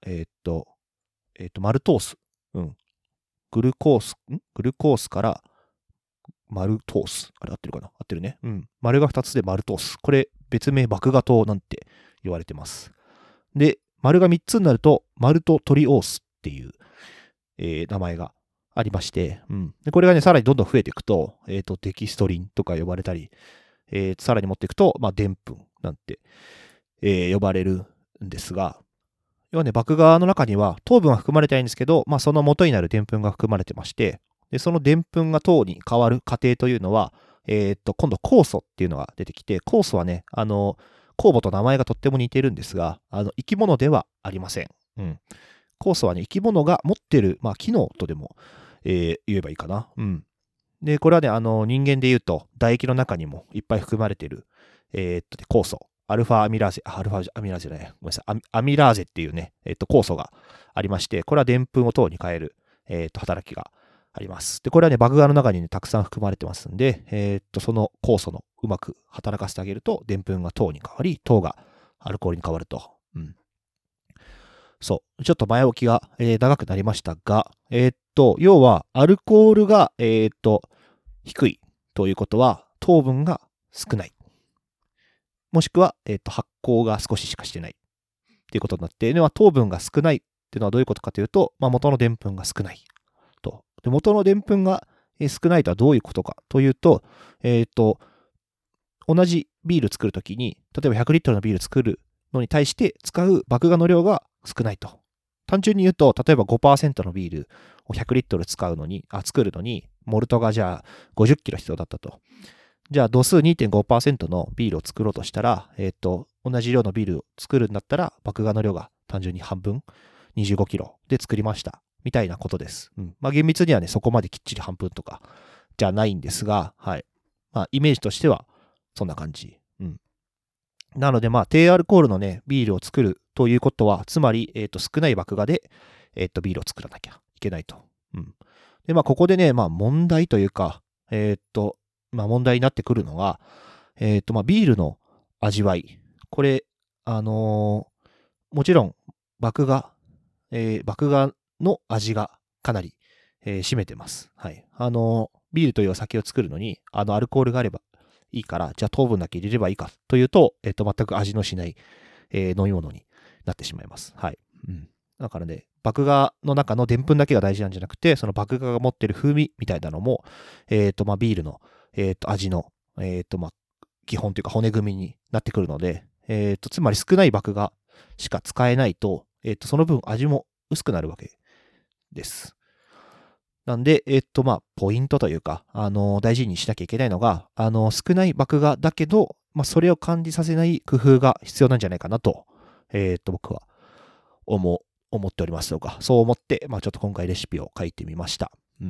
マルトース。グルコースからマルトース。あれ合ってるかな？合ってるね。丸が2つでマルトース。これ別名麦芽糖なんて言われてます。で、丸が3つになるとマルトトリオースっていう、名前がありまして、でこれがね、さらにどんどん増えていくと、デキストリンとか呼ばれたり、さらに持っていくと、まあ、でんぷんなんて、呼ばれるんですが、要はね、麦芽の中には糖分は含まれてないんですけど、まあ、その元になるでんぷんが含まれてまして、でそのでんぷんが糖に変わる過程というのは、今度酵素っていうのが出てきて、酵素はね、酵母と名前がとっても似てるんですが、生き物ではありません。酵素はね、生き物が持ってる、まあ、機能とでも、言えばいいかな。で、これはね、人間で言うと、唾液の中にもいっぱい含まれてる、酵素。アルファアミラーゼじゃない、ごめんなさい、アミラーゼっていうね、酵素がありまして、これはでんぷんを糖に変える、働きがあります。で、これはね、麦芽の中にね、たくさん含まれてますんで、その酵素のうまく働かせてあげると、でんぷんが糖に変わり、糖がアルコールに変わると。そう。ちょっと前置きが、長くなりましたが、要は、アルコールが、低いということは、糖分が少ない。もしくは、発酵が少ししかしてない。っていうことになって、では糖分が少ないっていうのはどういうことかというと、まあ、元のでんぷんが少ないと。で、元のでんぷんが少ないとはどういうことかというと、同じビール作るときに、例えば100リットルのビール作るのに対して使う麦芽の量が少ないと。単純に言うと、例えば 5% のビールを100リットル作るのに、モルトがじゃあ50キロ必要だったと。じゃあ度数 2.5% のビールを作ろうとしたら、同じ量のビールを作るんだったら、麦芽の量が単純に半分、25キロで作りました。みたいなことです。まあ厳密にはね、そこまできっちり半分とかじゃないんですが、はい。まあイメージとしてはそんな感じ。なのでまあ低アルコールのね、ビールを作るということは、つまり、少ない麦芽で、ビールを作らなきゃいけないと。で、まあここでね、まあ問題というか、まあ問題になってくるのが、まあビールの味わい。これ、もちろん、麦芽の味がかなり、占めてます。はい。ビールというお酒を作るのに、アルコールがあればいいから、じゃあ糖分だけ入れればいいかというと、全く味のしない、飲み物になってしまいます。はい。だからね、麦芽の中のでんぷんだけが大事なんじゃなくて、その麦芽が持ってる風味みたいなのも、まあビールの、味の、まあ、基本というか骨組みになってくるので、つまり少ない麦芽しか使えないと、その分味も薄くなるわけです。なんで、まあ、ポイントというか、大事にしなきゃいけないのが、少ない麦芽だけど、まあ、それを感じさせない工夫が必要なんじゃないかなと、僕は思っておりますとか、そう思って、まあ、ちょっと今回レシピを書いてみました。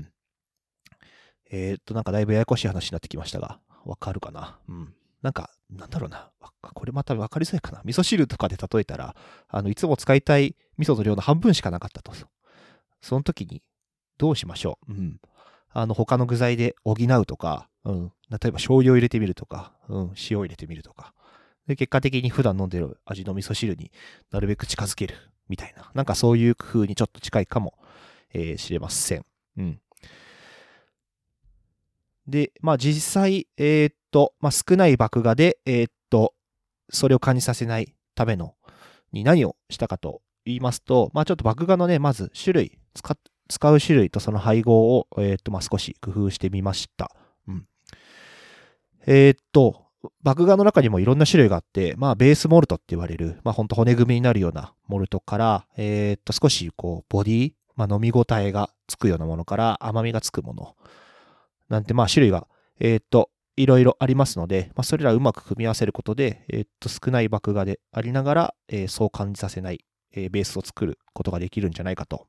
なんかだいぶややこしい話になってきましたが、わかるかな？なんか、なんだろうな。これまたわかりづらいかな。味噌汁とかで例えたら、いつも使いたい味噌の量の半分しかなかったと。その時に、どうしましょう？他の具材で補うとか、例えば醤油を入れてみるとか、塩を入れてみるとか。で、結果的に普段飲んでる味の味噌汁になるべく近づけるみたいな。なんかそういう工夫にちょっと近いかもしれません。で、まあ実際、まあ少ない麦芽で、それを感じさせないために何をしたかと言いますと、まあちょっと麦芽のね、まず種類、使う種類とその配合を、まあ少し工夫してみました。麦芽の中にもいろんな種類があって、まあベースモルトって言われる、まあほんと骨組みになるようなモルトから、少しこうボディ、まあ飲み応えがつくようなものから甘みがつくもの。なんてまあ種類が、いろいろありますので、まあ、それらをうまく組み合わせることで、少ない麦芽でありながら、そう感じさせない、ベースを作ることができるんじゃないかと。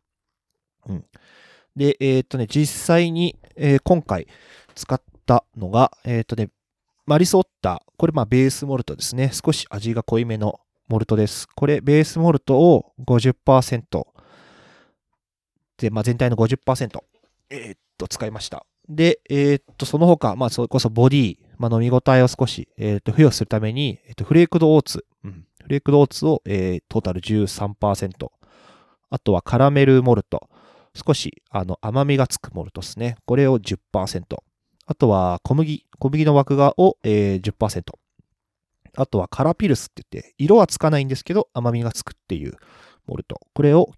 で、実際に、今回使ったのが、 マリソッタ、これベースモルトですね。少し味が濃いめのモルトです。これベースモルトを 50% で、全体の 50%、使いました。で、その他、それこそボディ、飲み応えを少し、付与するために、フレークドオーツ、フレークドオーツを、トータル 13%。あとはカラメルモルト。少し、甘みがつくモルトですね。これを 10%。あとは小麦の麦芽を、10%。あとはカラピルスって言って、色はつかないんですけど、甘みがつくっていうモルト。これを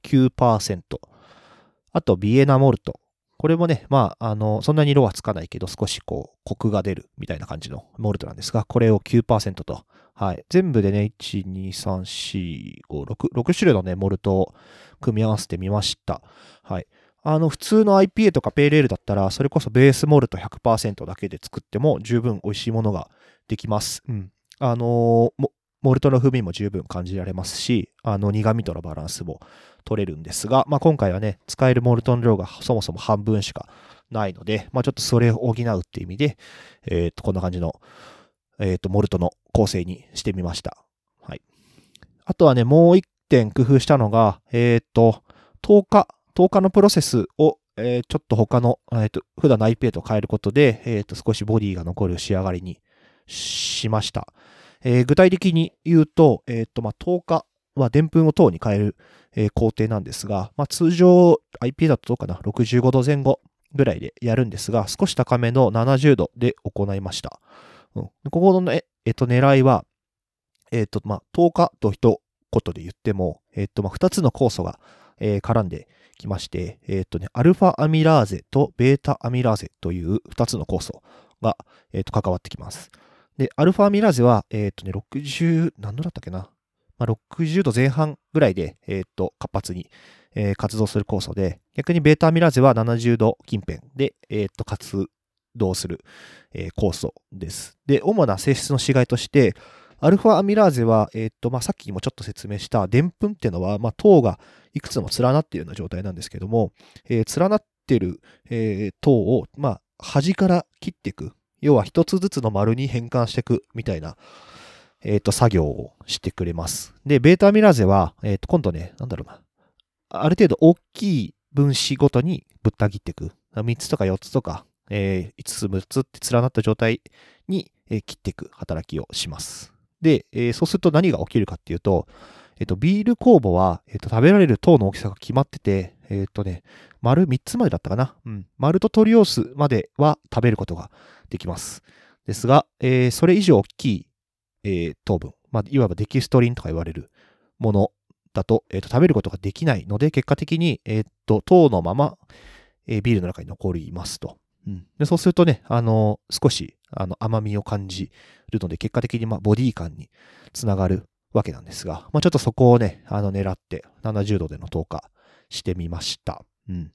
9%。あと、ビエナモルト。これもね、そんなに色はつかないけど、少しコクが出るみたいな感じのモルトなんですが、これを 9% と。はい。全部でね、1、2、3、4、5、6種類のね、モルトを組み合わせてみました。はい。普通の IPA とかペールエールだったら、それこそベースモルト 100% だけで作っても十分美味しいものができます。モルトの風味も十分感じられますし、苦味とのバランスも取れるんですが、今回はね、使えるモルトの量がそもそも半分しかないので、ちょっとそれを補うっていう意味で、こんな感じの、モルトの構成にしてみました。はい。あとはね、もう一点工夫したのが、10日のプロセスを、ちょっと他の、普段の IPA と変えることで、少しボディが残る仕上がりにしました。具体的に言うと、10日はでんぷんを糖に変える、工程なんですが、通常 IPA だとどうかな、65度前後ぐらいでやるんですが、少し高めの70度で行いました。ここのね、狙いは、10日と一言で言っても、2つの酵素が、絡んできまして、アルファアミラーゼとベータアミラーゼという2つの酵素が、関わってきます。で、アルファアミラーゼは、60、何度だったっけな。60度前半ぐらいで、活発に、活動する酵素で、逆にベータアミラーゼは70度近辺で、活動する、酵素です。で、主な性質の違いとして、アルファアミラーゼは、さっきもちょっと説明したでんぷんっていうのは、糖がいくつも連なっているような状態なんですけども、連なっている、糖を、端から切っていく。要は一つずつの丸に変換していくみたいな、作業をしてくれます。で、ベータアミラーゼは、今度ね、ある程度大きい分子ごとにぶった切っていく。3つとか4つとか、5つ6つって連なった状態に、切っていく働きをします。で、そうすると何が起きるかっていうと、ビール酵母は、食べられる糖の大きさが決まってて、丸3つまでだったかな。丸とトリオースまでは食べることができます。ですが、それ以上大きい、糖分、いわばデキストリンとか言われるものだと、食べることができないので、結果的に、糖のまま、ビールの中に残りますと。でそうするとね、少し甘みを感じるので、結果的にボディ感につながるわけなんですが、ちょっとそこをね、狙って70度での投下してみました。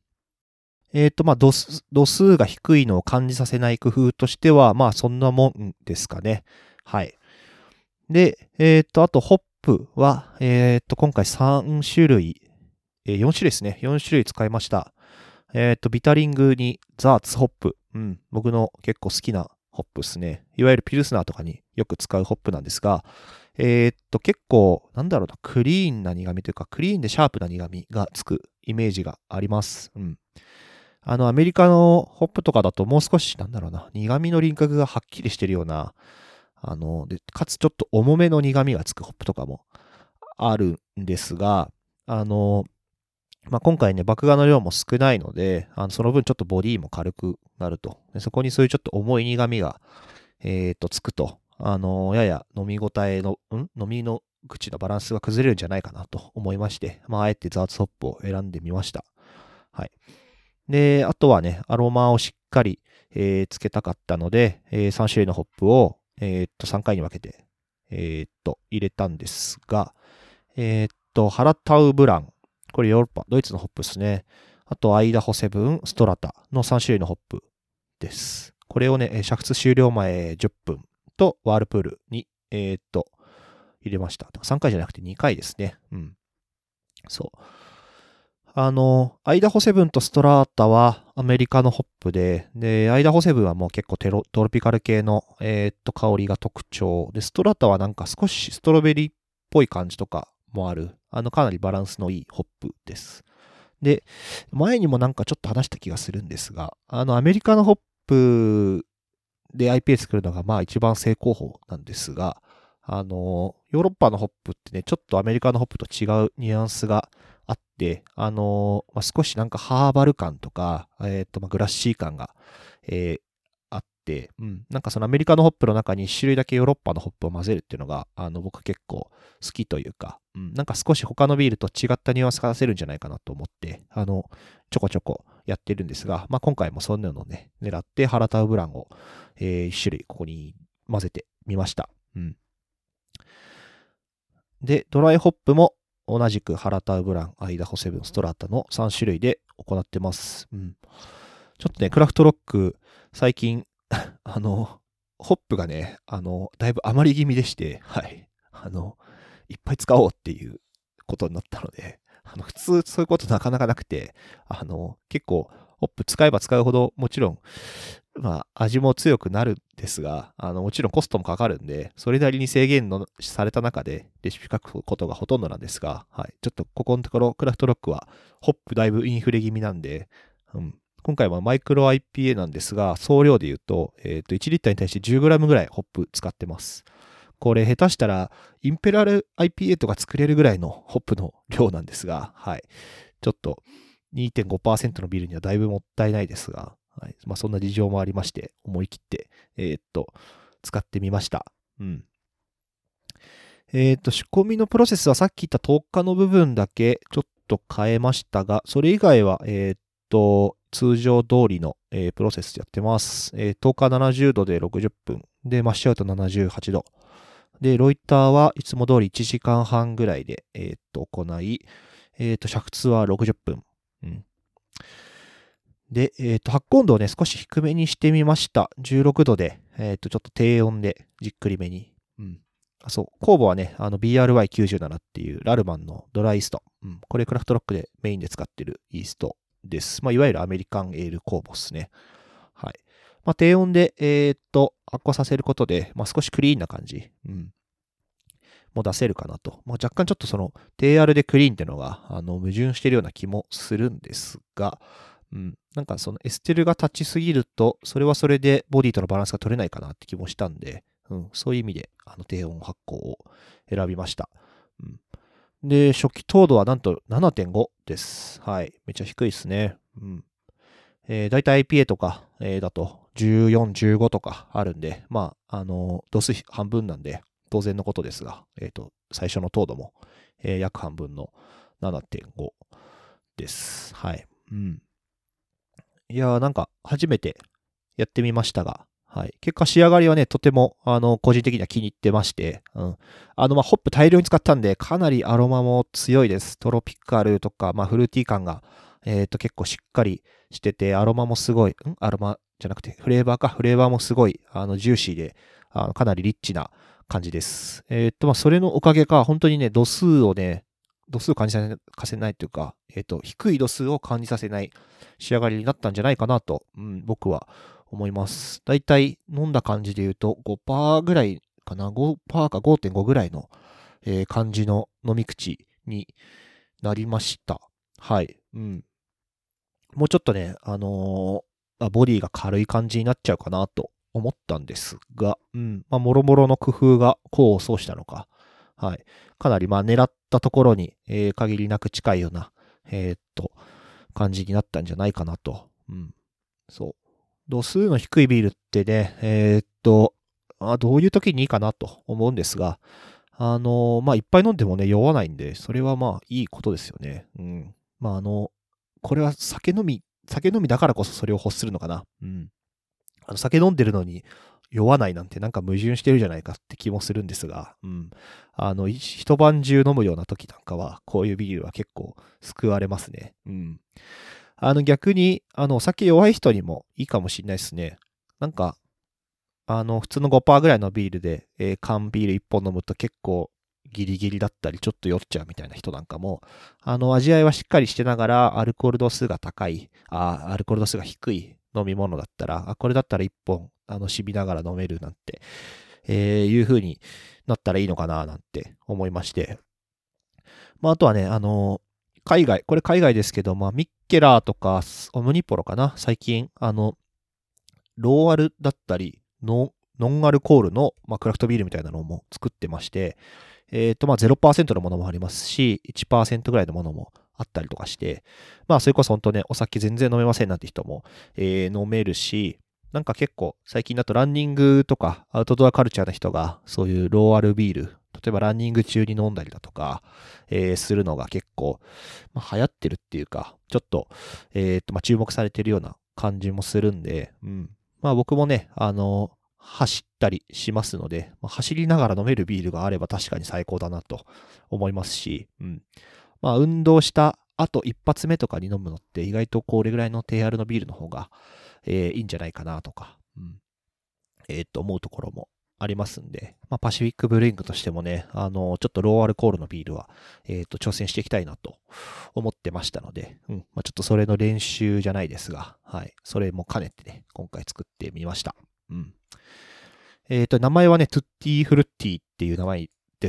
度数が低いのを感じさせない工夫としては、そんなもんですかね。はい。で、あと、ホップは、今回3種類、4種類ですね。4種類使いました。ビタリングにザーツホップ。僕の結構好きなホップですね。いわゆるピルスナーとかによく使うホップなんですが、結構、クリーンな苦味というか、クリーンでシャープな苦味がつくイメージがあります。アメリカのホップとかだともう少し、苦味の輪郭がはっきりしてるような、でかつちょっと重めの苦味がつくホップとかもあるんですが、今回ね、麦芽の量も少ないので、その分ちょっとボディも軽くなると。でそこにそういうちょっと重い苦味が、つくと、やや飲みの口のバランスが崩れるんじゃないかなと思いまして、あえてザーツホップを選んでみました。はい。で、あとはね、アロマをしっかり、つけたかったので、3種類のホップを、3回に分けて、入れたんですが、ハラタウブラン。これヨーロッパ、ドイツのホップですね。あと、アイダホセブン、ストラタの3種類のホップです。これをね、煮沸終了前10分とワールプールに、入れました。3回じゃなくて2回ですね。そう。 アイダホセブンとストラータはアメリカのホップで、アイダホセブンはもう結構トロピカル系の、香りが特徴で、ストラータはなんか少しストロベリーっぽい感じとかもある、かなりバランスのいいホップです。で、前にもなんかちょっと話した気がするんですが、アメリカのホップで IPA 作るのがまあ一番正攻法なんですが、ヨーロッパのホップってね、ちょっとアメリカのホップと違うニュアンスがあって、少しなんかハーバル感とか、グラッシー感が、あって、なんかそのアメリカのホップの中に1種類だけヨーロッパのホップを混ぜるっていうのが、僕結構好きというか、なんか少し他のビールと違ったニュアンスが出せるんじゃないかなと思って、ちょこちょこやってるんですが、今回もそんなのをね、狙ってハラタウブランを、1種類ここに混ぜてみました。で、ドライホップも同じくハラタウブラン、アイダホセブン、ストラータの3種類で行ってます。ちょっとね、クラフトロック、最近、ホップがね、だいぶ余り気味でして、はい。いっぱい使おうっていうことになったので、普通そういうことなかなかなくて、結構、ホップ使えば使うほど、もちろん、味も強くなるんですが、もちろんコストもかかるんで、それなりに制限のされた中でレシピ書くことがほとんどなんですが、はい。ちょっとここのところ、クラフトロックは、ホップだいぶインフレ気味なんで、今回はマイクロ IPA なんですが、総量で言うと、1リッターに対して 10g ぐらいホップ使ってます。これ下手したら、インペラル IPA とか作れるぐらいのホップの量なんですが、はい。ちょっと 2.5% のビールにはだいぶもったいないですが、はい。そんな事情もありまして、思い切って、使ってみました。仕込みのプロセスはさっき言った10日の部分だけちょっと変えましたが、それ以外は、通常通りの、プロセスでやってます。10日70度で60分。で、マッシュアウト78度。で、ロイターはいつも通り1時間半ぐらいで、行い、煮沸は60分。で、発酵温度をね、少し低めにしてみました。16度で、ちょっと低温でじっくりめに。そう、酵母はね、BRY97 っていうラルマンのドライイースト。これクラフトロックでメインで使ってるイーストです。いわゆるアメリカンエール酵母ですね。はい。低温で、発酵させることで、少しクリーンな感じ。も出せるかなと。若干ちょっとその、低アルでクリーンっていうのが、矛盾してるような気もするんですが、なんかそのエステルが立ちすぎると、それはそれでボディとのバランスが取れないかなって気もしたんで、そういう意味で、低温発酵を選びました。で、初期糖度はなんと 7.5 です。はい。めっちゃ低いですね。だいたい IPA とか、だと14、15とかあるんで、度数半分なんで、当然のことですが、最初の糖度も、約半分の 7.5 です。はい。いやーなんか初めてやってみましたが、はい。結果仕上がりはね、とても、個人的には気に入ってまして、ホップ大量に使ったんで、かなりアロマも強いです。トロピカルとか、フルーティー感が、結構しっかりしてて、アロマもすごい、アロマじゃなくて、フレーバーもすごい、ジューシーで、かなりリッチな感じです。それのおかげか、本当にね、度数を感じさせないというか、低い度数を感じさせない仕上がりになったんじゃないかなと、僕は思います。だいたい飲んだ感じで言うと 5% ぐらいかな、5% か 5.5 ぐらいの、感じの飲み口になりました。はい。もうちょっとね、ボディが軽い感じになっちゃうかなと思ったんですが、もろもろの工夫が功を奏したのか、はい。かなり狙ったところに、限りなく近いような、感じになったんじゃないかなと。そう。度数の低いビールってね、どういう時にいいかなと思うんですが、いっぱい飲んでもね、酔わないんで、それはいいことですよね。これは酒飲みだからこそそれを欲するのかな。酒飲んでるのに酔わないなんてなんか矛盾してるじゃないかって気もするんですが、一晩中飲むような時なんかは、こういうビールは結構救われますね。逆に、お酒弱い人にもいいかもしれないですね。なんか、普通の 5% ぐらいのビールで、缶ビール1本飲むと結構ギリギリだったり、ちょっと酔っちゃうみたいな人なんかも、味わいはしっかりしてながら、アルコール度数が高い、アルコール度数が低い飲み物だったら、これだったら一本、染みながら飲めるなんて、いう風になったらいいのかななんて思いまして。まあ、あとはね、これ海外ですけど、まあ、ミッケラーとか、オムニポロかな、最近、ローアルだったり、ノンアルコールの、まあ、クラフトビールみたいなのも作ってまして、まあ、0% のものもありますし、1% ぐらいのものもあったりとかして、まあ、それこそ本当ね、お酒全然飲めませんなんて人も、飲めるし、なんか結構、最近だとランニングとか、アウトドアカルチャーな人が、そういうローアルビール、例えばランニング中に飲んだりだとか、するのが結構、まあ、流行ってるっていうか、ちょっと、まあ、注目されてるような感じもするんで、うん。まあ僕もね、走ったりしますので、まあ、走りながら飲めるビールがあれば確かに最高だなと思いますし、うん。まあ運動した後一発目とかに飲むのって意外とこれぐらいの低アルのビールの方が、いいんじゃないかなとか、うん。思うところもありますんで、まあ、パシフィックブルーイングとしてもね、ちょっとローアルコールのビールは、挑戦していきたいなと思ってましたので、うん。まあ、ちょっとそれの練習じゃないですが、はい。それも兼ねてね、今回作ってみました。うん。名前はね、トゥッティフルッティっていう名前です。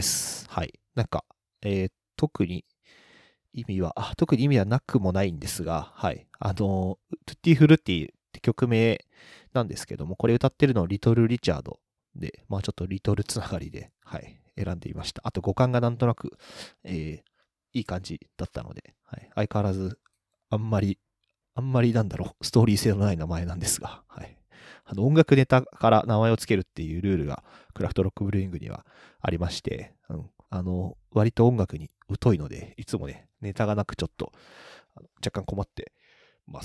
はい。なんか、特に意味はなくもないんですが、はい。トゥッティフルッティって曲名なんですけども、これ歌ってるのリトル・リチャードで、まあちょっとリトルつながりで、はい、選んでみました。あと語感がなんとなく、いい感じだったので、はい。相変わらず、あんまりなんだろう、ストーリー性のない名前なんですが、はい。音楽ネタから名前をつけるっていうルールがクラフトロックブルーイングにはありまして、うん。割と音楽に疎いので、いつもね、ネタがなくちょっと、若干困ってます。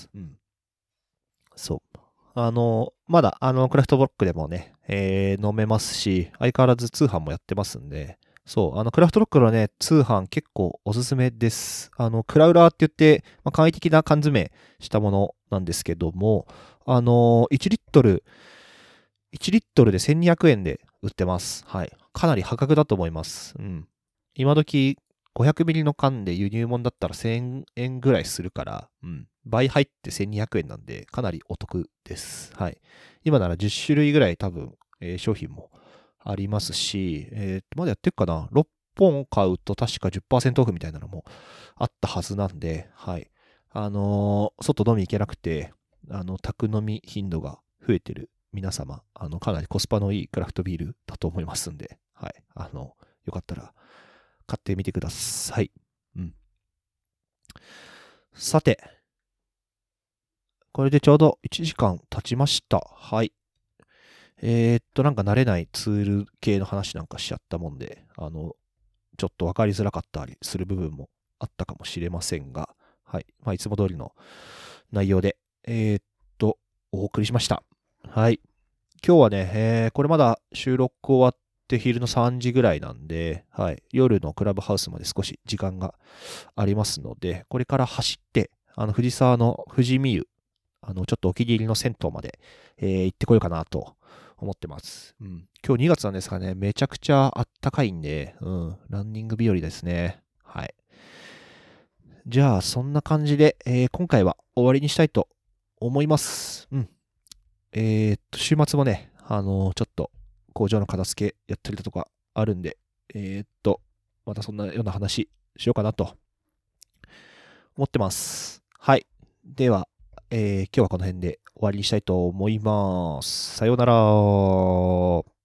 うん。そう。まだ、クラフトブロックでもね、飲めますし、相変わらず通販もやってますんで、そう、クラフトロックのね、通販結構おすすめです。クラウラーって言って、まあ、簡易的な缶詰したものなんですけども、1リットル、1リットルで1200円で売ってます。はい。かなり破格だと思います。うん。今時、500ミリの缶で輸入物だったら1000円ぐらいするから、うん。倍入って1200円なんで、かなりお得です。はい。今なら10種類ぐらい多分、商品もありますし、まだやってるかな ?6 本買うと確か 10% オフみたいなのもあったはずなんで、はい。外飲み行けなくて、宅飲み頻度が増えてる皆様、かなりコスパのいいクラフトビールだと思いますんで、はい。よかったら買ってみてください。うん。さて、これでちょうど1時間経ちました。はい。なんか慣れないツール系の話なんかしちゃったもんで、ちょっとわかりづらかったりする部分もあったかもしれませんが、はい。まあ、いつも通りの内容で、お送りしました。はい。今日はね、これまだ収録終わって昼の3時ぐらいなんで、はい。夜のクラブハウスまで少し時間がありますので、これから走って、藤沢の富士見湯、ちょっとお気に入りの銭湯まで、行ってこようかなと思ってます。うん。今日2月なんですがね、めちゃくちゃあったかいんで、うん。ランニング日和ですね。はい。じゃあ、そんな感じで、今回は終わりにしたいと思います。うん。週末もね、ちょっと工場の片付けやったりだとかあるんで、またそんなような話しようかなと思ってます。はい。では、今日はこの辺で終わりにしたいと思います。さようなら。